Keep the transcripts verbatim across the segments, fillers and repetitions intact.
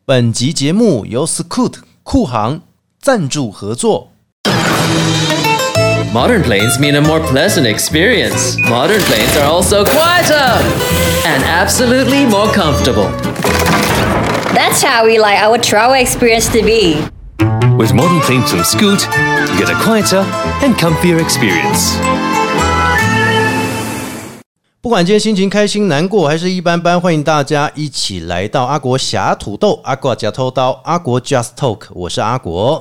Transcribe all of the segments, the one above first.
本集节目由 Scoot 酷航赞助合作。 Modern planes mean a more pleasant experience. Modern planes are also quieter and absolutely more comfortable. That's how we like our travel experience to be. With modern planes from Scoot, you get a quieter and comfier experience. 不管今天心情开心、难过还是一般般，欢迎大家一起来到阿国侠土豆、阿国假偷刀、阿国 Just Talk， 我是阿国。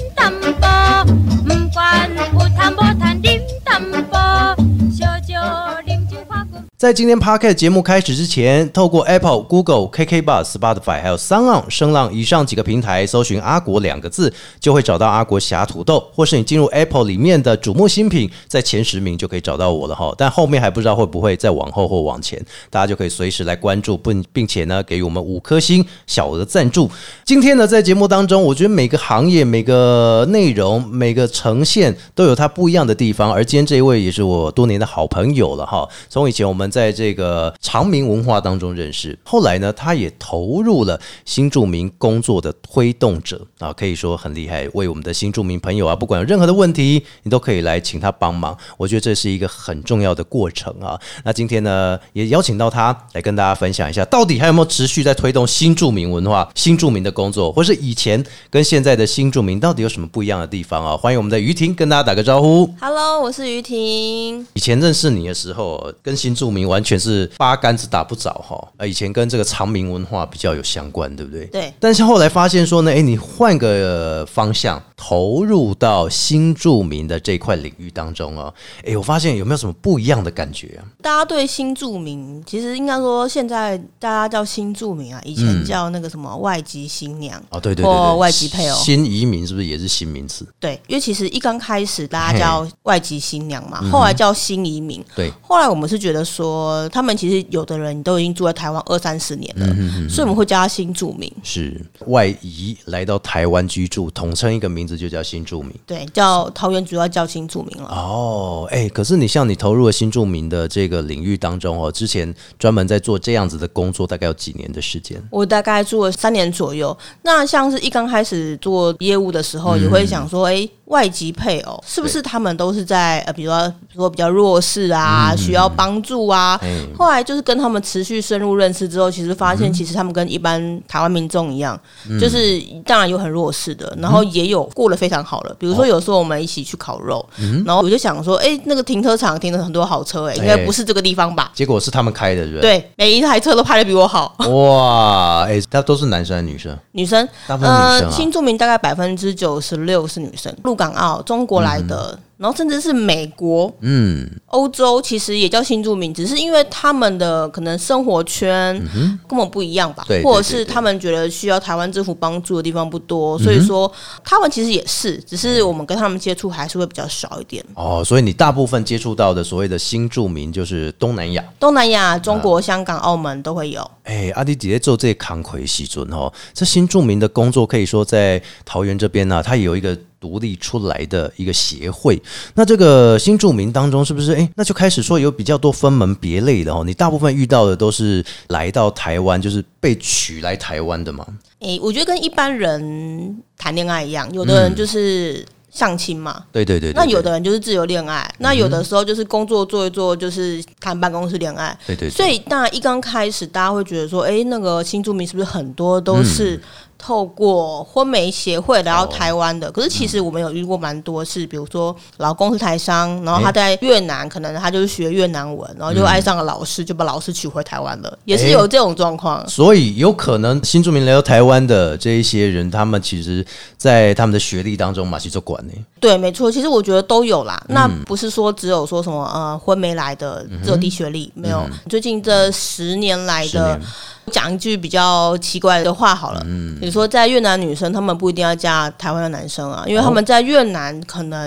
在今天 Podcast 节目开始之前，透过 Apple、Google、K K B O X、Spotify 还有 SoundOn、声浪以上几个平台搜寻阿国两个字，就会找到阿国侠土豆，或是你进入 Apple 里面的瞩目新品，在前十名就可以找到我了哈。但后面还不知道会不会再往后或往前，大家就可以随时来关注，并且呢给予我们五颗星小额赞助。今天呢在节目当中，我觉得每个行业、每个内容、每个呈现都有它不一样的地方，而今天这一位也是我多年的好朋友了哈。从以前我们在这个常民文化当中认识，后来呢他也投入了新住民工作的推动者啊，可以说很厉害，为我们的新住民朋友啊，不管有任何的问题你都可以来请他帮忙，我觉得这是一个很重要的过程啊。那今天呢也邀请到他来跟大家分享一下，到底还有没有持续在推动新住民文化、新住民的工作，或是以前跟现在的新住民到底有什么不一样的地方啊。欢迎我们的于婷跟大家打个招呼。 Hello， 我是于婷。 以前认识你的时候跟新住民完全是八竿子打不着哈，以前跟这个常民文化比较有相关，对不对？ 对。 但是后来发现说呢，哎，你换个方向，投入到新住民的这块领域当中哦，哎，我发现有没有什么不一样的感觉啊？ 大家对新住民，其实应该说现在大家叫新住民啊，以前叫那个什么外籍新娘、嗯、 哦，对对对对， 或外籍配偶。 新移民是不是也是新名词？ 对，因为其实一刚开始大家叫外籍新娘嘛，后来叫新移民。 对， 后来我们是觉得说，他们其实有的人都已经住在台湾二三十年了、嗯哼哼哼，所以我们会叫他新住民。 是外移来到台湾居住，统称一个名字就叫新住民。 对，叫桃园主要叫新住民了。 哦，哎，可是你像你投入了新住民的这个领域当中哦，之前专门在做这样子的工作，大概有几年的时间？我大概做了三年左右。那像是一刚开始做业务的时候，也会想说，哎、嗯。外籍配偶是不是他们都是在呃，比如说，比如说比较弱势啊、嗯，需要帮助啊、嗯？后来就是跟他们持续深入认识之后，其实发现其实他们跟一般台湾民众一样、嗯，就是当然有很弱势的，然后也有过得非常好了。比如说有时候我们一起去烤肉，嗯、然后我就想说，哎、欸，那个停车场停了很多好车、欸，哎，应该不是这个地方吧？ 结果是他们开的，对不对？对，每一台车都拍得比我好。 哇，哎、欸，他都是男生还是女生？ 女生， 大部分女生、啊呃、 新住民大概百分之九十六是女生。陆港澳中国来的、嗯，然后甚至是美国、嗯，欧洲，其实也叫新住民，只是因为他们的可能生活圈根本不一样吧， 对， 或者是他们觉得需要台湾政府帮助的地方不多，所以说他们其实也是，只是我们跟他们接触还是会比较少一点。 哦，所以你大部分接触到的所谓的新住民就是东南亚、 东南亚、中国、啊、香港、澳门都会有。 哎，阿弟姐姐做这些康魁时阵哦，这新住民的工作可以说在桃园这边呢、啊，它有一个独立出来的一个协会。那这个新住民当中是不是哎，那就开始说有比较多分门别类的哦？你大部分遇到的都是来到台湾，就是被娶来台湾的吗？ 哎，我觉得跟一般人谈恋爱一样，有的人就是相亲嘛， 嗯、对, 对, 对对对。 那有的人就是自由恋爱、嗯，那有的时候就是工作做一做，就是谈办公室恋爱。 对, 对对。 所以当然一刚开始，大家会觉得说，哎，那个新住民是不是很多都是、嗯透过婚媒协会来到台湾的、哦，可是其实我们有遇过蛮多是，比如说老公是台商，然后他在越南，可能他就是学越南文，然后就爱上了老师，就把老师娶回台湾了，也是有这种状况。 所以有可能新住民来到台湾的这一些人，他们其实在他们的学历当中嘛，其实做管呢。对， 没错，其实我觉得都有啦。嗯、那不是说只有说什么呃婚媒来的只有低学历、嗯，没有。最近这十年来的。讲一句比较奇怪的话好了，比如说在越南女生她们不一定要嫁台湾的男生啊，因为他们在越南可能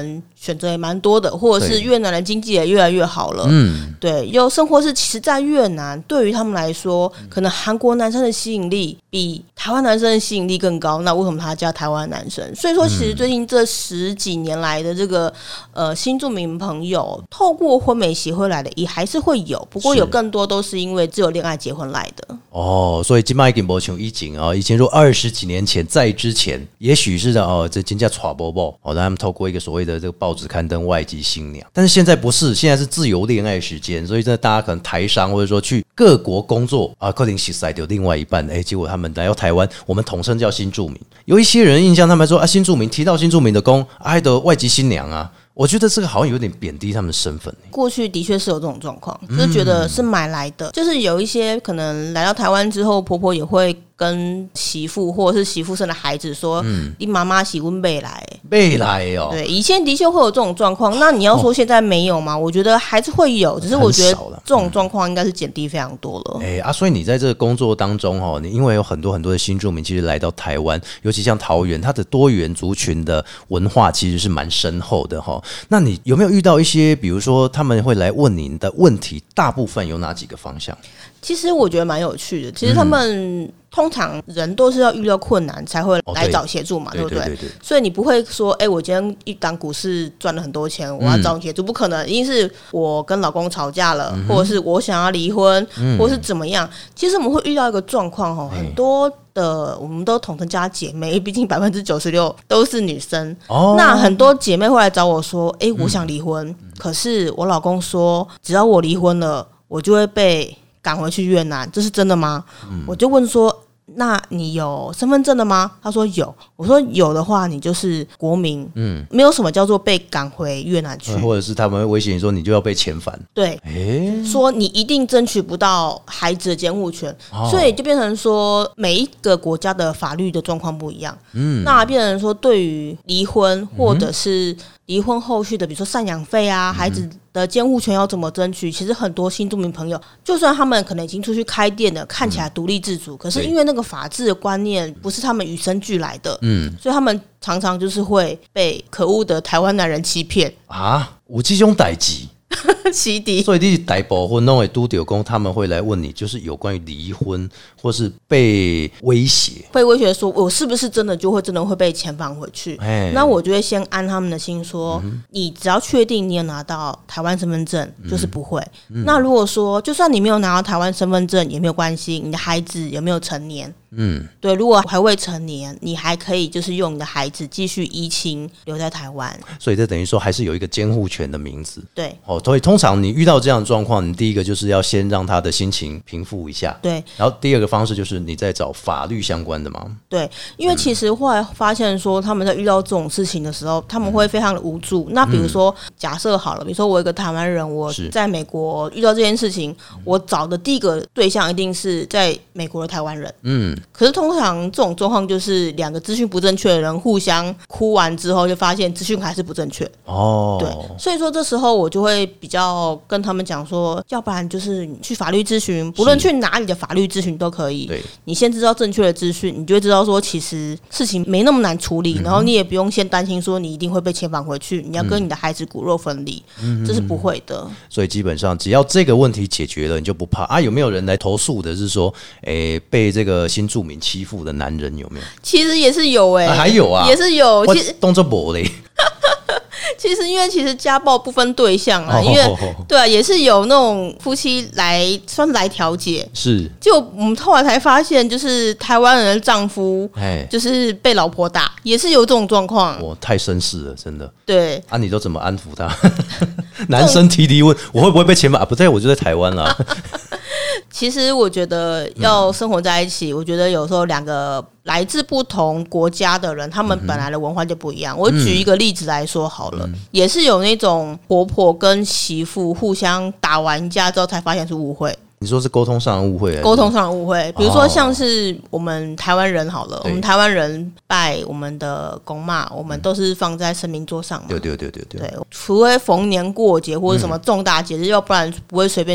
选择也蛮多的，或者是越南的经济也越来越好了。嗯，对，有生活是其实在越南对于他们来说，可能韩国男生的吸引力比台湾男生的吸引力更高，那为什么他叫台湾男生？所以说，其实最近这十几年来的这个呃新住民朋友，透过婚美协会来的也还是会有，不过有更多都是因为只有恋爱结婚来的。 哦，所以今麦已经没像以前哦，以前说二十几年前在之前，也许是的哦，这真叫传播报哦，让他们透过一个所谓的这个报纸刊登外籍新娘，但是现在不是，现在是自由恋爱时间，所以真的大家可能台商或者说去各国工作啊，可能洗塞掉另外一半，哎，结果他们来到台湾，我们统称叫新住民。有一些人印象，他们说啊，新住民提到新住民的公，爱的外籍新娘啊。我觉得这个好像有点贬低他们的身份。 过去的确是有这种状况，就是觉得是买来的，嗯、就是有一些可能来到台湾之后，婆婆也会跟媳妇或者是媳妇生的孩子说：“嗯、你妈妈喜温贝来， 贝来哦。” 对，以前的确会有这种状况。那你要说现在没有吗？哦、我觉得还是会有，只是我觉得这种状况应该是减低非常多了。 哎、欸、啊，所以你在这个工作当中哦，你因为有很多很多的新住民其实来到台湾，尤其像桃园，它的多元族群的文化其实是蛮深厚的哈。那你有没有遇到一些，比如说他们会来问您的问题，大部分有哪几个方向？ 其实我觉得蛮有趣的。其实他们、嗯、通常人都是要遇到困难才会来找协助嘛，哦、对, 对不对? 对, 对, 对, 对？所以你不会说，哎、欸，我今天一档股市赚了很多钱，我要找你协助，嗯、不可能。一定是我跟老公吵架了，嗯、或者是我想要离婚，嗯、或者是怎么样。其实我们会遇到一个状况哦，很多的我们都统称叫姐妹，毕竟百分之九十六都是女生。哦，那很多姐妹会来找我说，哎、欸，我想离婚，嗯、可是我老公说，只要我离婚了，我就会被赶回去越南，这是真的吗？嗯、我就问说，那你有身份证的吗？他说有。我说有的话，你就是国民，嗯，没有什么叫做被赶回越南去， 嗯、或者是他们会威胁你说你就要被遣返。 对，欸、说你一定争取不到孩子的监护权，哦、所以就变成说每一个国家的法律的状况不一样。嗯，那变成说对于离婚或者是离婚后续的，比如说赡养费啊，嗯、孩子的监护权要怎么争取？其实很多新住民朋友，就算他们可能已经出去开店了，看起来独立自主，嗯、可是因为那个法治的观念不是他们与生俱来的，嗯，所以他们常常就是会被可恶的台湾男人欺骗啊！有这种代志。 洗涤， 所以你大部分都会拄到讲，他们会来问你，就是有关于离婚或是被威胁， 被威胁说我是不是真的就会真的会被遣返回去？那我就会先安他们的心说，嗯、你只要确定你有拿到台湾身份证，就是不会。嗯、那如果说就算你没有拿到台湾身份证也没有关系，你的孩子有没有成年？嗯，对，如果还未成年，你还可以就是用你的孩子继续依亲留在台湾， 所以这等于说还是有一个监护权的名字。 对， 哦，所以通常你遇到这样的状况，你第一个就是要先让他的心情平复一下， 对， 然后第二个方式就是你再找法律相关的嘛。 对，因为其实后来发现说他们在遇到这种事情的时候，他们会非常的无助。那比如说假设好了，比如说我一个台湾人，我在美国遇到这件事情，我找的第一个对象一定是在美国的台湾人。嗯。可是通常这种状况就是两个资讯不正确的人互相哭完之后，就发现资讯还是不正确。哦，对，所以说这时候我就会比较跟他们讲说，要不然就是你去法律咨询，不论去哪里的法律咨询都可以。对，你先知道正确的资讯，你就会知道说其实事情没那么难处理，嗯、然后你也不用先担心说你一定会被遣返回去，你要跟你的孩子骨肉分离，嗯、这是不会的。所以基本上只要这个问题解决了，你就不怕啊。有没有人来投诉的是说，诶，被这个新住民欺负的男人有没有？ 其实也是有哎、欸啊， 还有啊， 也是有。其实动作没嘞。 其实因为其实家暴不分对象啊，因为对啊，也是有那种夫妻来算是来调解， 是。 就我们后来才发现，就是台湾人的丈夫，就是被老婆打，也是有这种状况。 我太绅士了，真的。 对啊，你都怎么安抚他？男生提提问，我会不会被遣返？啊，不对，我就在台湾啦。 其实我觉得要生活在一起，嗯、我觉得有时候两个来自不同国家的人，他们本来的文化就不一样。嗯、我举一个例子来说好了，嗯、也是有那种婆婆跟媳妇互相打完架之后才发现是误会。 你说是沟通上的误会？ 沟通上的误会，比如说像是我们台湾人好了，哦、我们台湾人拜我们的公妈，我们都是放在神明桌上嘛。 对对对对对。 对，除非逢年过节或者什么重大节日，嗯、要不然不会随便去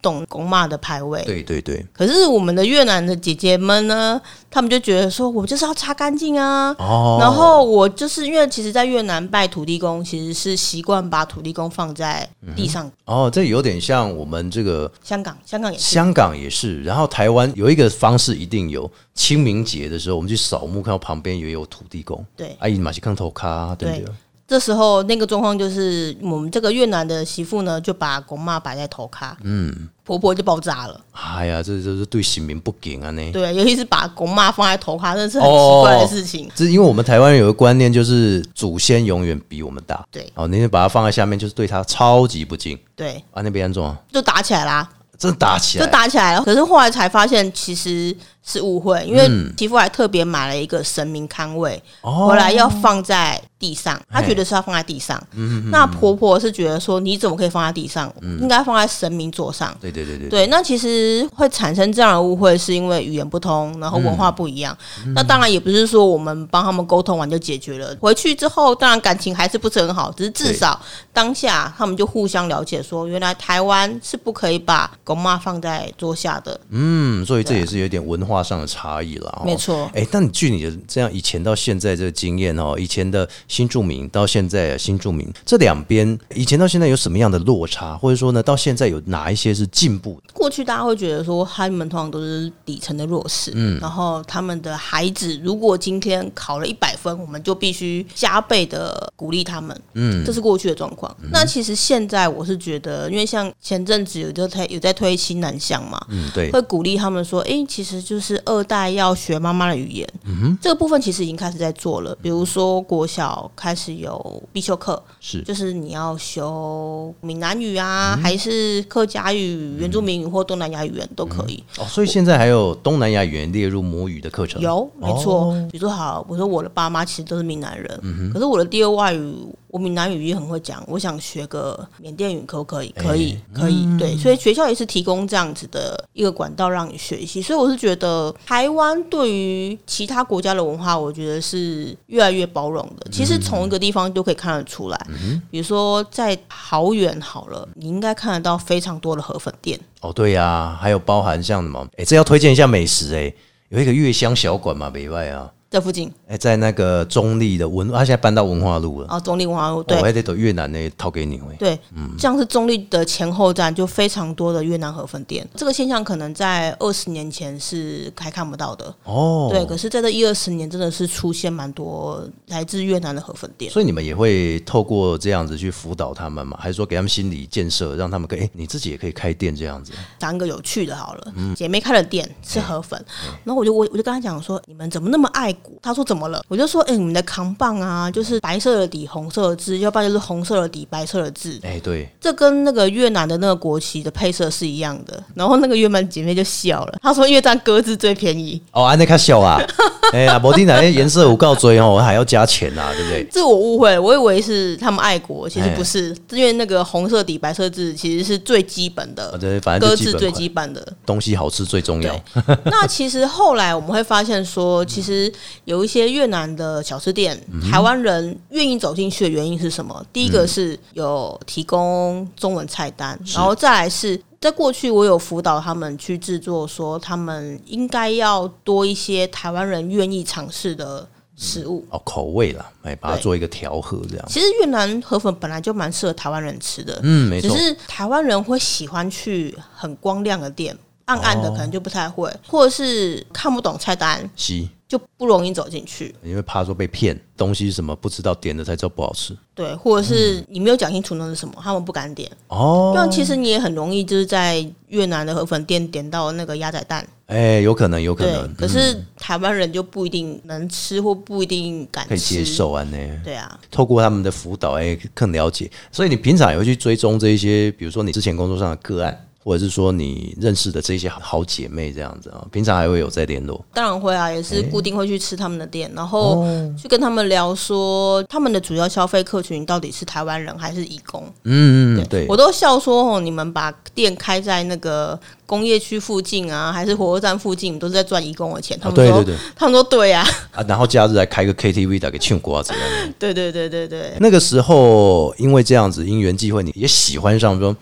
懂公妈的排位。 对对对。 可是我们的越南的姐姐们呢，他们就觉得说，我就是要擦干净啊。哦。然后我就是因为其实，在越南拜土地公，其实是习惯把土地公放在地上。 嗯、哦，这有点像我们这个香港，香港也是， 香港也是。然后台湾有一个方式一定有，清明节的时候，我们去扫墓，看到旁边也有土地公。 对。 阿姨马西康头卡，对不对？ 这时候那个状况就是我们这个越南的媳妇呢，就把公妈摆在头卡，嗯，婆婆就爆炸了。 哎呀，这就是对神明不敬啊！呢， 对，尤其是把公妈放在头卡，真的是很奇怪的事情。 这、哦、因为我们台湾人有个观念，就是祖先永远比我们大。 对， 哦，你把它放在下面，就是对他超级不敬。 对， 啊，那边安怎啊？ 就打起来啦。 真的打起来， 就打起来了。可是后来才发现，其实是误会，因为媳妇还特别买了一个神明龛位， 哦、 回来要放在地上，她觉得是要放在地上。嗯、那婆婆是觉得说，你怎么可以放在地上？嗯、应该放在神明座上。 对对对对。 对，那其实会产生这样的误会，是因为语言不通，然后文化不一样。嗯、那当然也不是说我们帮他们沟通完就解决了。回去之后，当然感情还是不是很好，只是至少当下他们就互相了解说，原来台湾是不可以把公妈放在桌下的。 嗯，所以这也是有点文化上的差异了。 没错。 哎，但你据你的这样以前到现在这个经验哦，以前的新住民到现在的新住民这两边，以前到现在有什么样的落差，或者说呢，到现在有哪一些是进步？ 过去大家会觉得说，他们通常都是底层的弱势，嗯，然后他们的孩子如果今天考了一百分，我们就必须加倍的鼓励他们，嗯，这是过去的状况。嗯、那其实现在我是觉得，因为像前阵子有在推有在推新南向嘛，嗯，对，会鼓励他们说，哎、欸，其实就是二代要学妈妈的语言，嗯哼，这个部分其实已经开始在做了。比如说国小开始有必修课，是，就是你要修闽南语啊，嗯、还是客家语、原住民语或东南亚语言都可以。 嗯、哦，所以现在还有东南亚语言列入母语的课程？ 有，没错。哦、比如说，好，我说我的爸妈其实都是闽南人，嗯、可是我的第二外语。我闽南语也很会讲，我想学个缅甸语可不可以？可以，欸、可以。嗯、对，所以学校也是提供这样子的一个管道让你学习。所以我是觉得，台湾对于其他国家的文化，我觉得是越来越包容的。其实从一个地方都可以看得出来，嗯、比如说在桃园好了，你应该看得到非常多的河粉店。 哦，对呀、啊，还有包含像什么？哎、欸，这要推荐一下美食哎、欸，有一个月香小馆嘛，北外啊。 在附近， 哎、欸，在那个中立的文，他现在搬到文化路了。 哦，中立文化路，对， 我还得走越南的掏给你。 对，嗯，像是中立的前后站就非常多的越南河粉店，这个现象可能在二十年前是还看不到的。哦，对，可是在这一二十年真的是出现蛮多来自越南的河粉店。 所以你们也会透过这样子去辅导他们吗？还是说给他们心理建设，让他们可以，哎、欸，你自己也可以开店这样子？ 讲一个有趣的好了，嗯、姐妹开了店吃河粉，欸、然后我就我我就跟她讲说，你们怎么那么爱国？她说怎么了？我就说，哎、欸，你们的扛棒啊，就是白色的底，红色的字，要不然就是红色的底，白色的字。哎、 欸，对， 这跟那个越南的那个国旗的配色是一样的。然后那个越南姐妹就笑了，她说，因为这样鸽字最便宜。 哦，安内卡小啊，哎呀，没定哪些颜色有够追哦，还要加钱啊，对不对？ 这我误会，我以为是他们爱国，其实不是，欸、因为那个红色底，白色字其实是最基本的，对，反正鸽字最基本的， 东西好吃最重要。 那其实后来我们会发现说，其实有一些越南的小吃店，台湾人愿意走进去的原因是什么？第一个是有提供中文菜单，然后再来是在过去我有辅导他们去制作，说他们应该要多一些台湾人愿意尝试的食物、 嗯、哦，口味啦，哎，把它做一个调和这样。 其实越南河粉本来就蛮适合台湾人吃的， 嗯，没错。只是台湾人会喜欢去很光亮的店，暗暗的可能就不太会，哦、或者是看不懂菜单，是就不容易走进去， 因为怕说被骗东西什么不知道，点了才知道不好吃。 对，或者是你没有讲清楚那是什么，他们不敢点。哦，那其实你也很容易就是在越南的河粉店点到那个鸭仔蛋。 哎、欸，有可能，有可能。 可是台湾人就不一定能吃，或不一定敢吃， 可以接受啊呢。 对啊， 透过他们的辅导，哎、欸，更了解。所以你平常也会去追踪这一些，比如说你之前工作上的个案。或者是说你认识的这些好姐妹这样子啊，平常还会有在联络？ 当然会啊，也是固定会去吃他们的店，欸、然后去跟他们聊说他们的主要消费客群到底是台湾人还是移工。 嗯嗯，对， 我都笑说哦，你们把店开在那个工业区附近啊，还是火车站附近，你们都是在赚移工的钱。他们说，哦、对对对，他们说对啊。 啊，然后假日来开个 K T V 打给唱歌这样。对对对对对。 那个时候因为这样子因缘际会，你也喜欢上说。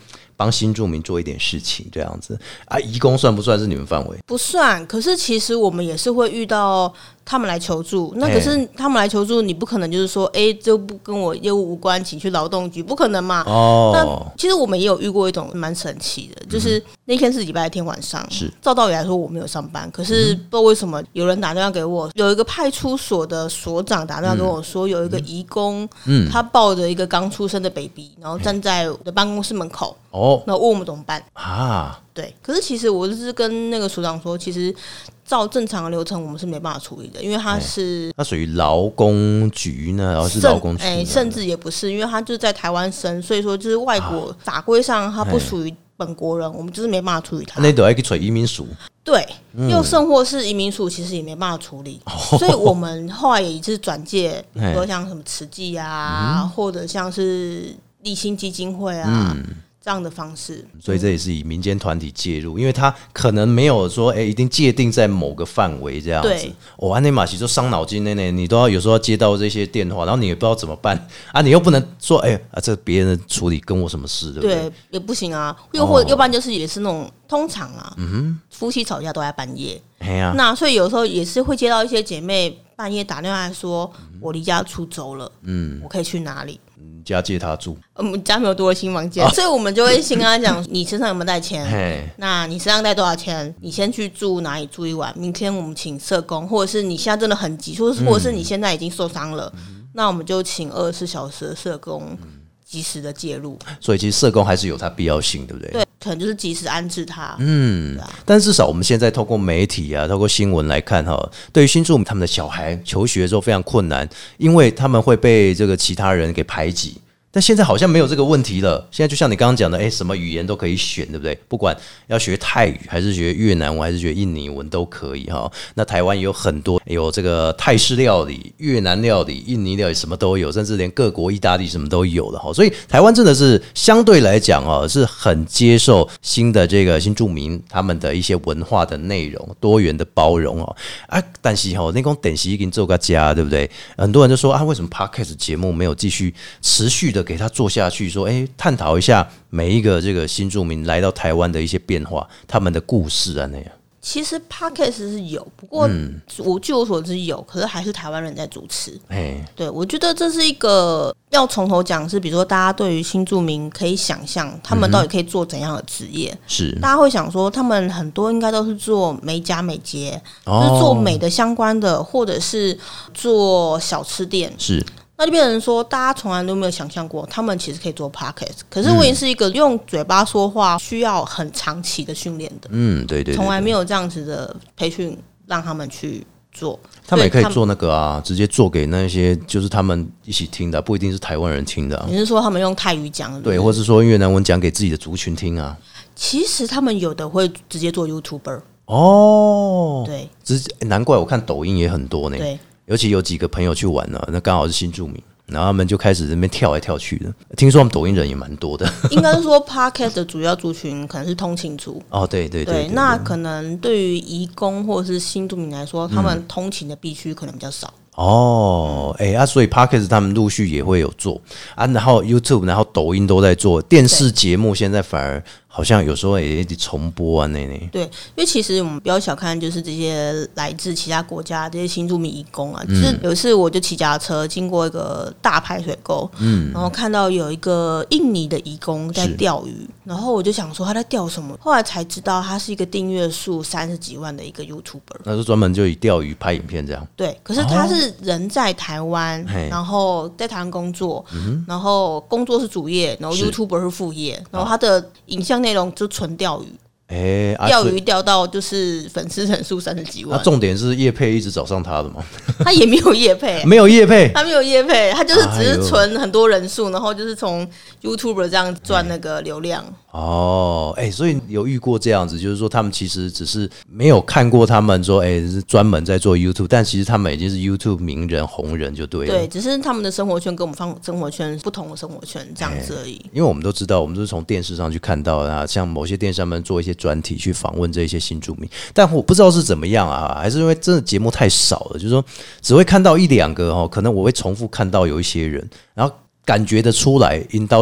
帮新住民做一点事情这样子啊。移工算不算是你们范围？ 不算，可是其实我们也是会遇到他们来求助，那可是他们来求助，你不可能就是说，哎、欸，这不跟我业务无关，请去劳动局，不可能嘛。哦，那其实我们也有遇过一种蛮神奇的，就是那天是礼拜天晚上，是照道理来说我没有上班，可是不知道为什么有人打电话给我，有一个派出所的所长打电话跟我说，有一个移工，嗯，他抱着一个刚出生的 baby， 然后站在我的办公室门口，哦，那问我们怎么办啊？对，可是其实我就是跟那个所长说，其实照正常的流程我们是没办法处理的，因为他是他属于劳工局呢，然后是劳工局， 哎，甚至也不是，因为他就是在台湾生，所以说就是外国法规上他不属于本国人，我们就是没办法处理他。 那都要去找移民署， 对，又甚或是移民署，其实也没办法处理，嗯、所以我们后来也是转介，比如说像什么慈济啊，嗯、或者像是立新基金会啊。嗯，这样的方式， 所以这也是以民间团体介入，因为他可能没有说，哎、欸，一定界定在某个范围这样子。对，哦，安内马西就伤脑筋呢呢，你都要有时候要接到这些电话，然后你也不知道怎么办啊，你又不能说，哎、欸、啊，这别人处理跟我什么事，对不对？ 对，也不行啊，又或、哦、要不然就是也是那种通常啊，嗯哼，夫妻吵架都在半夜，哎呀、啊，那所以有时候也是会接到一些姐妹半夜打电话来说，嗯、我离家出走了，嗯，我可以去哪里？ 家借他住， 我们家没有多的新房间、哦，所以我们就会先跟他讲，你身上有没有带钱？那你身上带多少钱？你先去住哪里住一晚？明天我们请社工，或者是你现在真的很急，或者是你现在已经受伤了、嗯，那我们就请二十四小时的社工及时的介入。 所以其实社工还是有它必要性，对不对？ 对，可能就是及时安置他。 嗯，啊、但至少我们现在透过媒体啊，透过新闻来看哈，对于新住民他们的小孩求学的时候非常困难，因为他们会被这个其他人给排挤。但现在好像没有这个问题了。现在就像你刚刚讲的，哎，什么语言都可以选，对不对？不管要学泰语，还是学越南文，还是学印尼文，都可以哈。那台湾也有很多有这个泰式料理、越南料理、印尼料理，什么都有，甚至连各国意大利什么都有的哈。所以台湾真的是相对来讲哦，是很接受新的这个新住民他们的一些文化的内容，多元的包容哦。啊，但是哈，那讲电视已经做个家，对不对？很多人就说啊，为什么 Podcast 节目没有继续持续的给他做下去，说哎，探讨一下每一个这个新住民来到台湾的一些变化，他们的故事啊那样。 其实 Podcast 是有，不过我据我所知有，可是还是台湾人在主持。哎，对，我觉得这是一个要从头讲，是比如说大家对于新住民可以想象他们到底可以做怎样的职业、嗯。是，大家会想说他们很多应该都是做美甲美睫、哦，就是做美的相关的，或者是做小吃店。是。那就变成说，大家从来都没有想象过，他们其实可以做 podcast。可是我也是一个用嘴巴说话需要很长期的训练的，嗯，对 对, 对，从来没有这样子的培训让他们去做。 他们也可以做那个啊，直接做给那些就是他们一起听的，不一定是台湾人听的、啊。 你是说他们用泰语讲？ 对，或是说越南文讲给自己的族群听啊？ 其实他们有的会直接做 YouTuber。 哦， 对， 难怪我看抖音也很多呢。对。尤其有几个朋友去玩了，那刚好是新住民，然后他们就开始在那边跳来跳去的。听说他们抖音人也蛮多的。 应该是说 Podcast 的主要族群可能是通勤族。 哦，对对 对, 对, 对, 对。 那可能对于移工或者是新住民来说，他们通勤的必须可能比较少。 哦，哎、欸、啊，所以 Podcast 他们陆续也会有做啊，然后 YouTube， 然后抖音都在做，电视节目现在反而好像有时候也得重播啊，那那。对， 因为其实我们不要小看，就是这些来自其他国家这些新住民移工啊，嗯、就是有一次我就骑脚踏车经过一个大排水沟，嗯，然后看到有一个印尼的移工在钓鱼，然后我就想说他在钓什么，后来才知道他是一个订阅数三十几万的一个 YouTuber， 那是专门就以钓鱼拍影片这样。 对，可是他是人在台湾，哦、然后在台湾工作、嗯，然后工作是主业，然后 YouTuber 是副业，然后他的影像内容就纯钓鱼。欸啊、钓鱼钓到就是粉丝人数三十几万。 那、啊、重点是业配一直找上他的吗？ 他也没有业配， 没有业配， 他没有业配，他就是只是存很多人数、哎，然后就是从 YouTuber 这样赚那个流量。 哦，哎、欸，所以有遇过这样子，就是说他们其实只是没有看过他们说，哎、欸，是专门在做 YouTube， 但其实他们已经是 YouTube 名人红人就对了。 对，只是他们的生活圈跟我们生活圈不同的生活圈这样子而已。欸、 因为我们都知道，我们都是从电视上去看到啊，像某些电视上面做一些专题去访问这些新住民，但我不知道是怎么样啊，还是因为真的节目太少了，就是说只会看到一两个哦，可能我会重复看到有一些人，然后感觉得出来，因到的是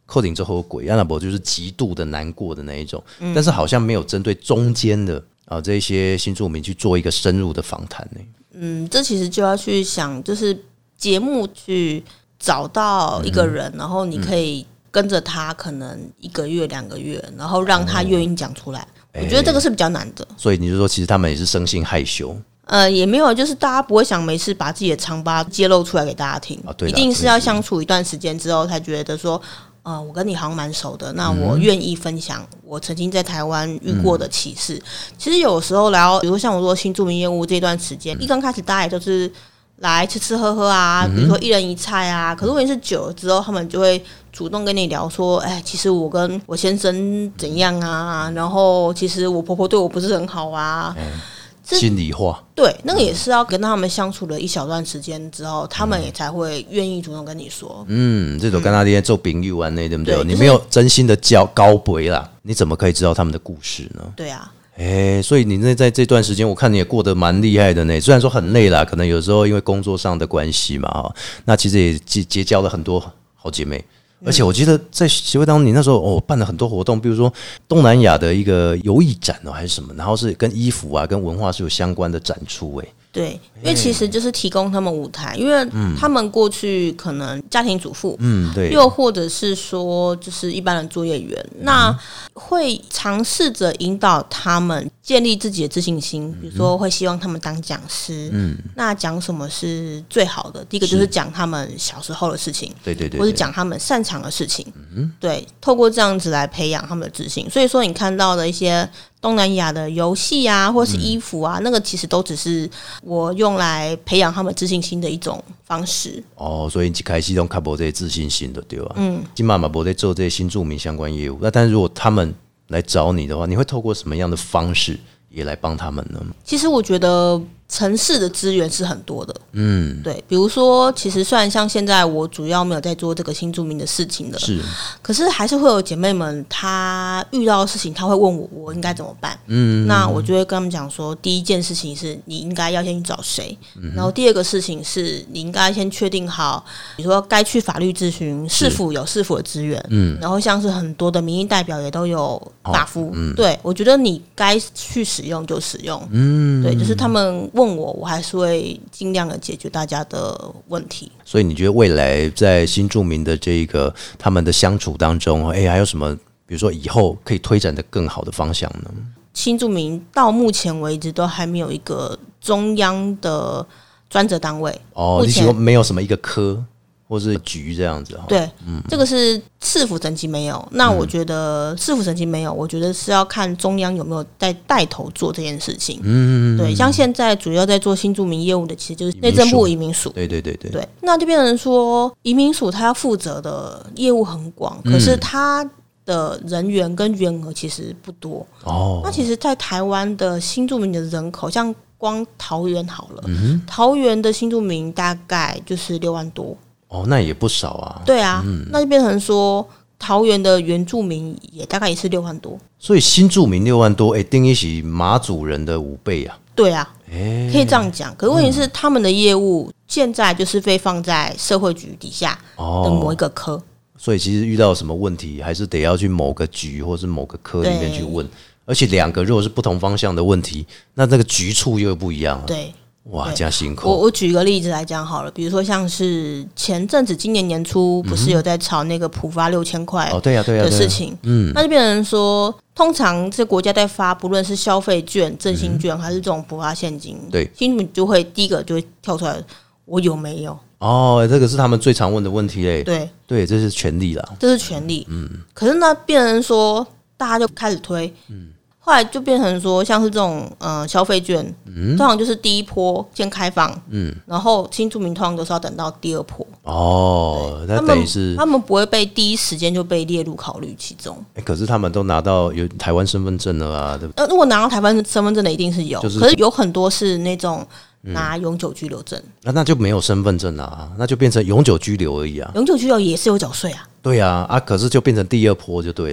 扣顶之后鬼，阿拉伯就是极度的难过的那一种，嗯、但是好像没有针对中间的啊这些新住民去做一个深入的访谈呢。 嗯，这其实就要去想，就是节目去找到一个人，嗯、然后你可以跟着他，可能一个月、两个月，然后让他愿意讲出来。哦、我觉得这个是比较难的。 所以你就说，其实他们也是生性害羞。 呃，也没有，就是大家不会想没事把自己的疮疤揭露出来给大家听，啊、一定是要相处一段时间之后，才觉得说，呃，我跟你好像蛮熟的，那我愿意分享我曾经在台湾遇过的歧视。嗯、其实有时候来到，比如说像我做新住民业务这段时间，嗯、一刚开始大家也都是来吃吃喝喝啊，嗯、比如说一人一菜啊，可是问题是久了之后，他们就会主动跟你聊说，哎，其实我跟我先生怎样啊，然后其实我婆婆对我不是很好啊。嗯心里话， 对，那个也是要跟他们相处了一小段时间之后，他们也才会愿意主动跟你说。嗯， 这种跟他那些做朋友啊，那对不对？你没有真心的交高培啦，你怎么可以知道他们的故事呢？ 对啊， 哎、欸，所以你那在这段时间，我看你也过得蛮厉害的呢。虽然说很累啦，可能有时候因为工作上的关系嘛，哈，那其实也结结交了很多好姐妹。而且我记得在协会当中，你那时候哦办了很多活动，比如说东南亚的一个游艺展哦，还是什么，然后是跟衣服啊、跟文化是有相关的展出哎。 对，因为其实就是提供他们舞台，因为他们过去可能家庭主妇，嗯，对，又或者是说就是一般的作业员，嗯、那会尝试着引导他们建立自己的自信心，比如说会希望他们当讲师，嗯，那讲什么是最好的？第一个就是讲他们小时候的事情， 对对 对, 对， 或是讲他们擅长的事情，嗯，对，透过这样子来培养他们的自信。所以说，你看到的一些东南亚的游戏啊，或是衣服啊，嗯、那个其实都只是我用来培养他们自信心的一种方式。 哦，所以一开始都较无这些自信心的对吧？嗯，今嘛嘛无在做这些新住民相关业务。那但是如果他们来找你的话，你会透过什么样的方式也来帮他们呢？ 其实我觉得城市的资源是很多的，嗯，对，比如说，其实虽然像现在我主要没有在做这个新住民的事情了，是，可是还是会有姐妹们，她遇到的事情，她会问我，我应该怎么办？嗯，那我就会跟他们讲说，第一件事情是你应该要先去找谁，嗯、然后第二个事情是你应该先确定好，比如说该去法律咨询，市府有市府的资源，嗯，然后像是很多的民意代表也都有法服，哦嗯、对我觉得你该去使用就使用，嗯，对，就是他们问我，我还是会尽量的解决大家的问题。 所以你觉得未来在新住民的这个他们的相处当中，哎，还有什么，比如说以后可以推展的更好的方向呢？ 新住民到目前为止都还没有一个中央的专责单位哦，你说没有什么一个科或是局这样子， 对，嗯，这个是市府层级没有。那我觉得市府层级没有，我觉得是要看中央有没有在带头做这件事情。嗯，对，像现在主要在做新住民业务的，其实就是内政部移民署。 对对对对对，那就变成说，移民署它要负责的业务很广，可是它的人员跟员额其实不多。哦，那其实，在台湾的新住民的人口，像光桃园好了，嗯、桃园的新住民大概就是六万多。 哦，那也不少啊。 对啊，嗯、那就变成说，桃园的原住民也大概也是六万多。 所以新住民六万多，哎，等于是马祖人的五倍啊。 对啊，欸、可以这样讲。可是问题是，嗯、他们的业务现在就是被放在社会局底下的某一个科。哦， 所以其实遇到什么问题，还是得要去某个局或是某个科里面去问。而且两个如果是不同方向的问题，那这个局处又不一样了。对。哇，这样辛苦！ 我我举一个例子来讲好了，比如说像是前阵子今年年初不是有在炒那个普发六千块哦，对呀对呀的事情，嗯，那就变成说，通常这国家在发，不论是消费券、振兴券，还是这种普发现金，对，新民就会第一个就会跳出来，我有没有？ 哦，这个是他们最常问的问题嘞。 对对， 这是权利啦， 这是权利。嗯，可是呢，变成说大家就开始推，嗯。后来就变成说，像是这种呃消费券，嗯、通常就是第一波先开放，嗯，然后新住民通常都是要等到第二波。哦，那等于是他们不会被第一时间就被列入考虑其中。 欸、可是他们都拿到有台湾身份证了啊，对不对？ 呃，如果拿到台湾身份证的一定是有，就是、可是有很多是那种拿永久居留证， 那、嗯啊、那就没有身份证啊，那就变成永久居留而已啊。 永久居留也是有缴税啊。 对啊，啊，可是就变成第二波就对了。 对。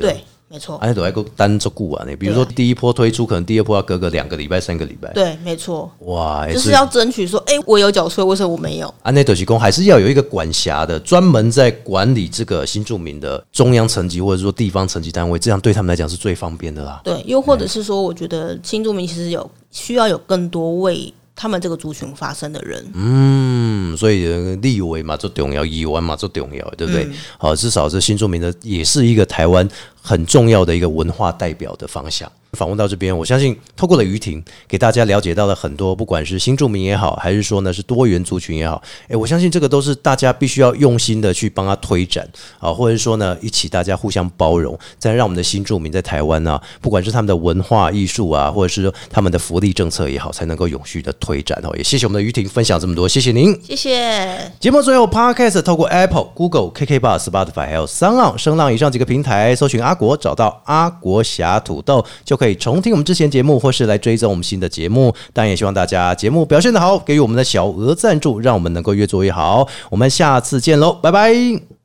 没错， 哎，都还够单做顾啊，你比如说第一波推出，可能第二波要隔个两个礼拜、三个礼拜。 对，没错。 哇， 就是要争取说，哎、欸，我有缴税，为什么我没有？ 啊，那就是说还是要有一个管辖的，专门在管理这个新住民的中央层级或者说地方层级单位，这样对他们来讲是最方便的啦。 对，又或者是说，我觉得新住民其实有需要有更多为他们这个族群发声的人。 嗯，所以立委嘛最重要，议员嘛最重要，对不对？好、嗯，至少是新住民的也是一个台湾很重要的一个文化代表的方向。访问到这边，我相信透过了于婷给大家了解到了很多，不管是新住民也好，还是说呢是多元族群也好，诶，我相信这个都是大家必须要用心的去帮他推展啊，或者说呢一起大家互相包容，再让我们的新住民在台湾啊，不管是他们的文化艺术啊，或者是说他们的福利政策也好，才能够永续的推展哦。也谢谢我们的于婷分享这么多，谢谢您， 谢谢。 节目最后 Podcast 透过 Apple、Google、K K Bus、Spotify 还有三浪、声浪以上几个平台搜寻阿国，找到阿国侠土豆就可以重听我们之前节目，或是来追踪我们新的节目。当然也希望大家节目表现得好，给予我们的小额赞助，让我们能够越做越好。我们下次见喽，拜拜。